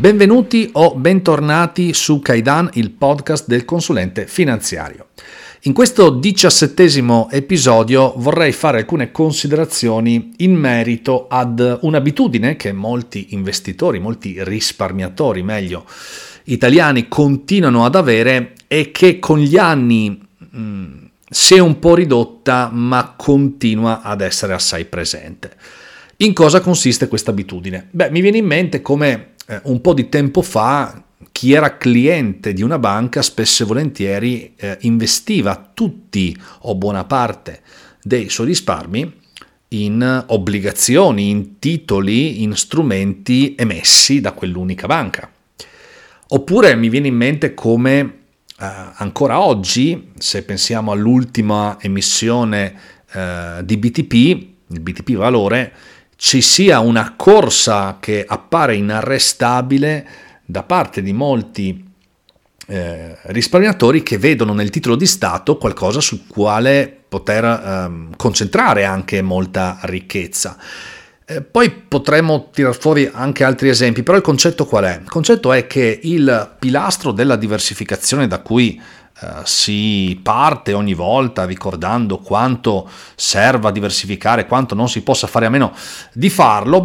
Benvenuti o bentornati su Kaidan, il podcast del consulente finanziario. In questo 17° episodio vorrei fare alcune considerazioni in merito ad un'abitudine che molti investitori, molti risparmiatori, meglio, italiani continuano ad avere e che con gli anni si è un po' ridotta ma continua ad essere assai presente. In cosa consiste questa abitudine? Mi viene in mente come un po' di tempo fa chi era cliente di una banca spesso e volentieri investiva tutti o buona parte dei suoi risparmi in obbligazioni, in titoli, in strumenti emessi da quell'unica banca. Oppure mi viene in mente come ancora oggi, se pensiamo all'ultima emissione di BTP, il BTP Valore, ci sia una corsa che appare inarrestabile da parte di molti risparmiatori che vedono nel titolo di Stato qualcosa sul quale poter concentrare anche molta ricchezza. Poi potremmo tirar fuori anche altri esempi, però il concetto qual è? Il concetto è che il pilastro della diversificazione da cui si parte ogni volta ricordando quanto serva diversificare, quanto non si possa fare a meno di farlo,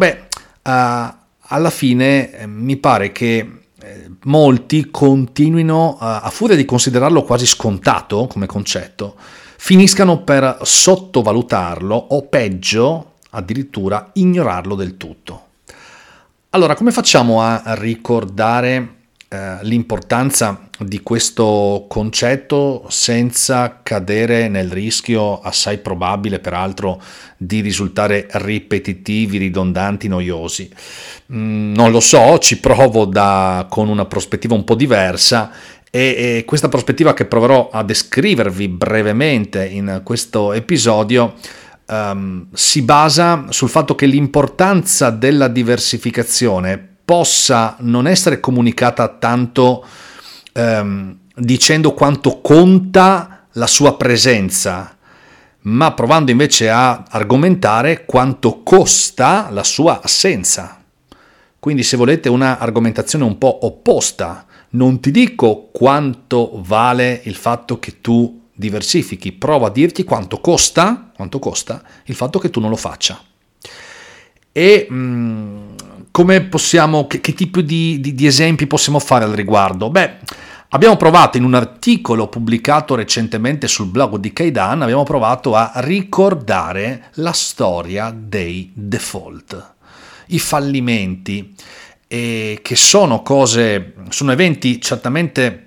alla fine mi pare che molti continuino, a furia di considerarlo quasi scontato come concetto, finiscano per sottovalutarlo o peggio addirittura ignorarlo del tutto. Allora, come facciamo a ricordare l'importanza di questo concetto senza cadere nel rischio assai probabile peraltro di risultare ripetitivi, ridondanti, noiosi? Non lo so, ci provo con una prospettiva un po' diversa e questa prospettiva che proverò a descrivervi brevemente in questo episodio si basa sul fatto che l'importanza della diversificazione possa non essere comunicata tanto dicendo quanto conta la sua presenza, ma provando invece a argomentare quanto costa la sua assenza. Quindi, se volete, una argomentazione un po' opposta. Non ti dico quanto vale il fatto che tu diversifichi, provo a dirti quanto costa il fatto che tu non lo faccia. E come possiamo, che tipo di esempi possiamo fare al riguardo? Abbiamo provato in un articolo pubblicato recentemente sul blog di Kaidan, abbiamo provato a ricordare la storia dei default, i fallimenti, che sono eventi certamente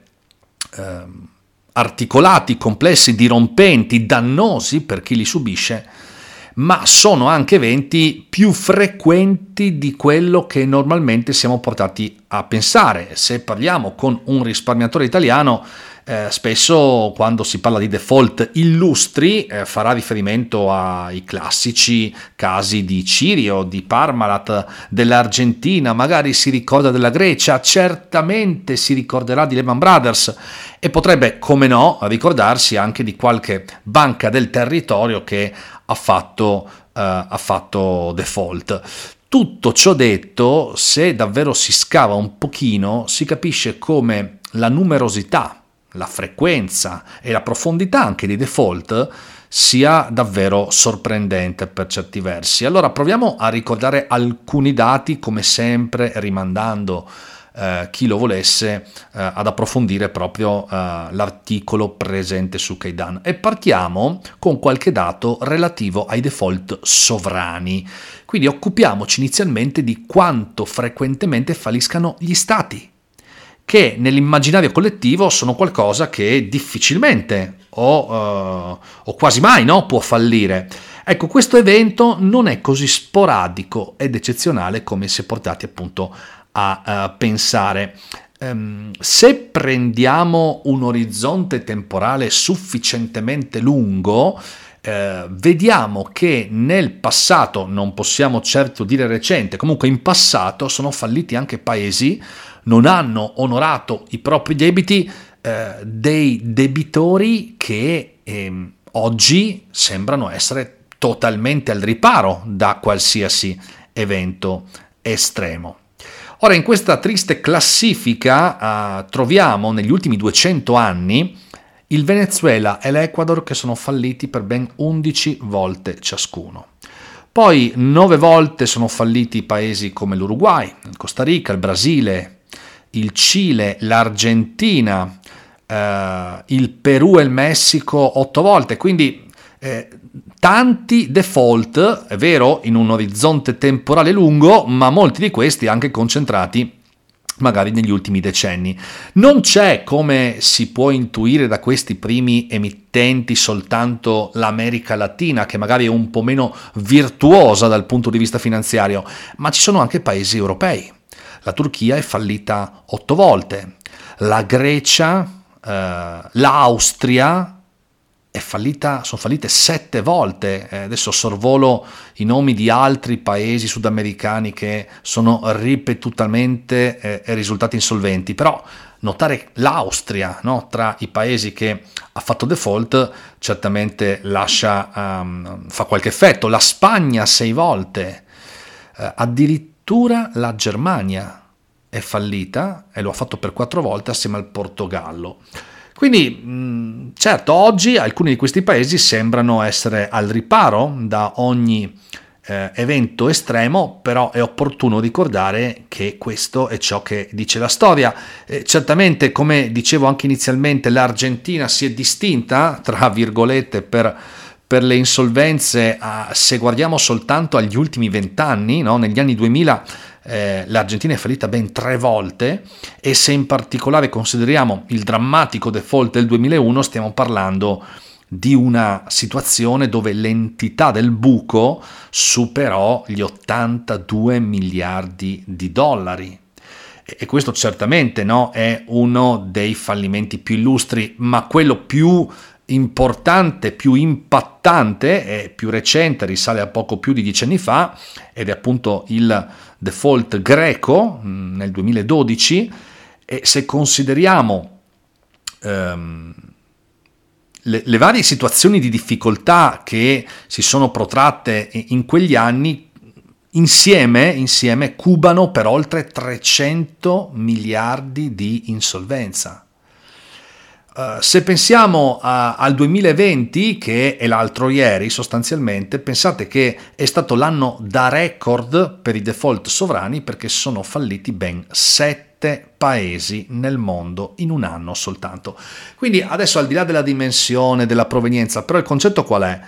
articolati, complessi, dirompenti, dannosi per chi li subisce, ma sono anche eventi più frequenti di quello che normalmente siamo portati a pensare. Se parliamo con un risparmiatore italiano, spesso quando si parla di default illustri farà riferimento ai classici casi di Cirio, di Parmalat, dell'Argentina, magari si ricorda della Grecia, certamente si ricorderà di Lehman Brothers e potrebbe, come no, ricordarsi anche di qualche banca del territorio che ha fatto default. Tutto ciò detto, se davvero si scava un pochino, si capisce come la numerosità, la frequenza e la profondità anche di default sia davvero sorprendente per certi versi. Allora proviamo a ricordare alcuni dati, come sempre rimandando chi lo volesse ad approfondire proprio l'articolo presente su Kaidan, e partiamo con qualche dato relativo ai default sovrani. Quindi occupiamoci inizialmente di quanto frequentemente falliscano gli stati, che nell'immaginario collettivo sono qualcosa che difficilmente o quasi mai può fallire. Ecco, questo evento non è così sporadico ed eccezionale come si è portati appunto a pensare. Se prendiamo un orizzonte temporale sufficientemente lungo, vediamo che nel passato, non possiamo certo dire recente, comunque in passato sono falliti anche paesi, non hanno onorato i propri debiti, dei debitori che oggi sembrano essere totalmente al riparo da qualsiasi evento estremo. Ora, in questa triste classifica troviamo negli ultimi 200 anni il Venezuela e l'Ecuador che sono falliti per ben 11 volte ciascuno. Poi 9 volte sono falliti paesi come l'Uruguay, il Costa Rica, il Brasile, il Cile, l'Argentina, il Perù e il Messico 8 volte, quindi tanti default, è vero, in un orizzonte temporale lungo, ma molti di questi anche concentrati magari negli ultimi decenni. Non c'è, come si può intuire da questi primi emittenti, soltanto l'America Latina, che magari è un po' meno virtuosa dal punto di vista finanziario, ma ci sono anche paesi europei. La Turchia è fallita 8 volte, la Grecia, l'Austria sono fallite 7 volte. Adesso sorvolo i nomi di altri paesi sudamericani che sono ripetutamente risultati insolventi, però notare l'Austria, no, tra i paesi che ha fatto default certamente fa qualche effetto. La Spagna 6 volte, addirittura la Germania è fallita e lo ha fatto per 4 volte assieme al Portogallo. Quindi, certo, oggi alcuni di questi paesi sembrano essere al riparo da ogni evento estremo, però è opportuno ricordare che questo è ciò che dice la storia. Certamente, come dicevo anche inizialmente, l'Argentina si è distinta, tra virgolette, per le insolvenze, se guardiamo soltanto agli ultimi 20 anni, no? Negli anni 2000 l'Argentina è fallita ben 3 volte, e se in particolare consideriamo il drammatico default del 2001 stiamo parlando di una situazione dove l'entità del buco superò gli 82 miliardi di dollari. E questo certamente, no, è uno dei fallimenti più illustri, ma quello più importante, più impattante e più recente, risale a poco più di 10 anni fa, ed è appunto il default greco nel 2012. E se consideriamo le varie situazioni di difficoltà che si sono protratte in quegli anni, insieme cubano per oltre 300 miliardi di insolvenza. Se pensiamo al 2020, che è l'altro ieri sostanzialmente, pensate che è stato l'anno da record per i default sovrani, perché sono falliti ben 7 paesi nel mondo in un anno soltanto. Quindi adesso, al di là della dimensione, della provenienza, però il concetto qual è?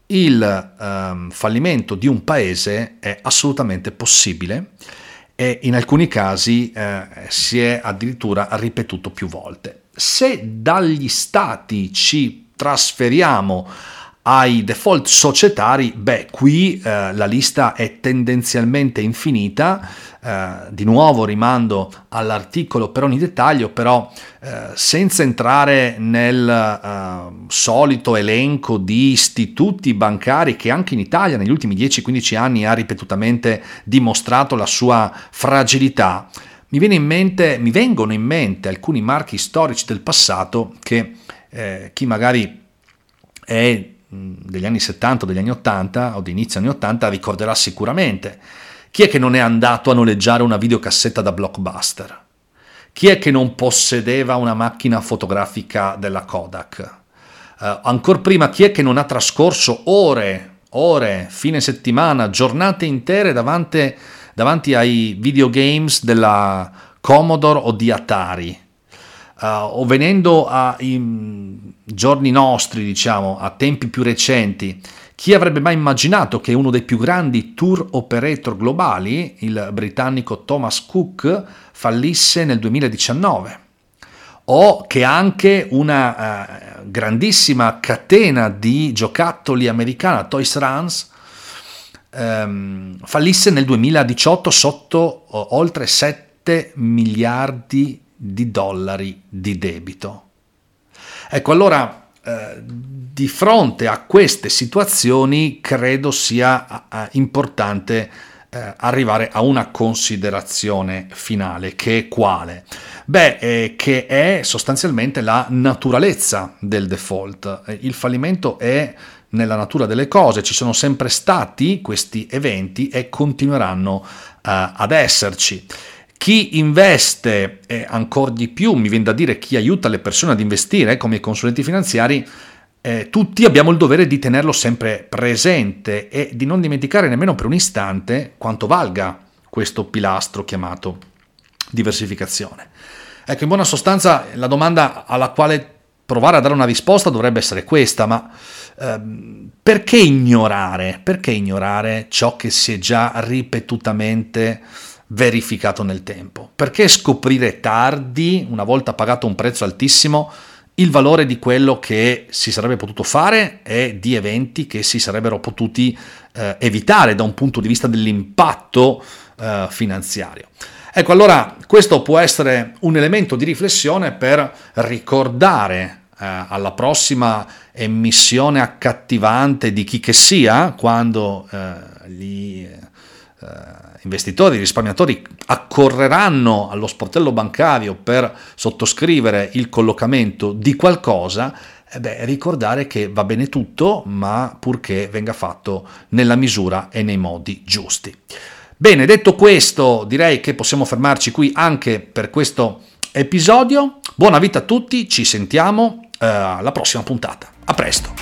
Il fallimento di un paese è assolutamente possibile e in alcuni casi si è addirittura ripetuto più volte. Se dagli stati ci trasferiamo ai default societari, qui la lista è tendenzialmente infinita. Di nuovo rimando all'articolo per ogni dettaglio, però senza entrare nel solito elenco di istituti bancari che anche in Italia negli ultimi 10-15 anni ha ripetutamente dimostrato la sua fragilità. Mi vengono in mente alcuni marchi storici del passato che chi magari è degli anni 70 o degli anni 80 o di inizio anni 80 ricorderà sicuramente. Chi è che non è andato a noleggiare una videocassetta da Blockbuster? Chi è che non possedeva una macchina fotografica della Kodak? Ancor prima, chi è che non ha trascorso ore, fine settimana, giornate intere davanti ai videogames della Commodore o di Atari? O venendo ai giorni nostri, diciamo, a tempi più recenti, chi avrebbe mai immaginato che uno dei più grandi tour operator globali, il britannico Thomas Cook, fallisse nel 2019? O che anche una grandissima catena di giocattoli americana, Toys R Us, fallisse nel 2018 sotto oltre 7 miliardi di dollari di debito. Ecco, allora di fronte a queste situazioni credo sia importante arrivare a una considerazione finale, che è quale? Che è sostanzialmente la naturalezza del default. Il fallimento è nella natura delle cose, ci sono sempre stati questi eventi e continueranno ad esserci. Chi investe e ancora di più, mi viene da dire chi aiuta le persone ad investire come i consulenti finanziari, tutti abbiamo il dovere di tenerlo sempre presente e di non dimenticare nemmeno per un istante quanto valga questo pilastro chiamato diversificazione. Ecco, in buona sostanza la domanda alla quale provare a dare una risposta dovrebbe essere questa, ma perché ignorare? Perché ignorare ciò che si è già ripetutamente verificato nel tempo? Perché scoprire tardi, una volta pagato un prezzo altissimo, il valore di quello che si sarebbe potuto fare e di eventi che si sarebbero potuti evitare da un punto di vista dell'impatto finanziario? Ecco, allora questo può essere un elemento di riflessione per ricordare alla prossima emissione accattivante di chi che sia, quando gli investitori, i risparmiatori accorreranno allo sportello bancario per sottoscrivere il collocamento di qualcosa, ricordare che va bene tutto, ma purché venga fatto nella misura e nei modi giusti. Bene, detto questo, direi che possiamo fermarci qui anche per questo episodio. Buona vita a tutti, ci sentiamo alla prossima puntata. A presto!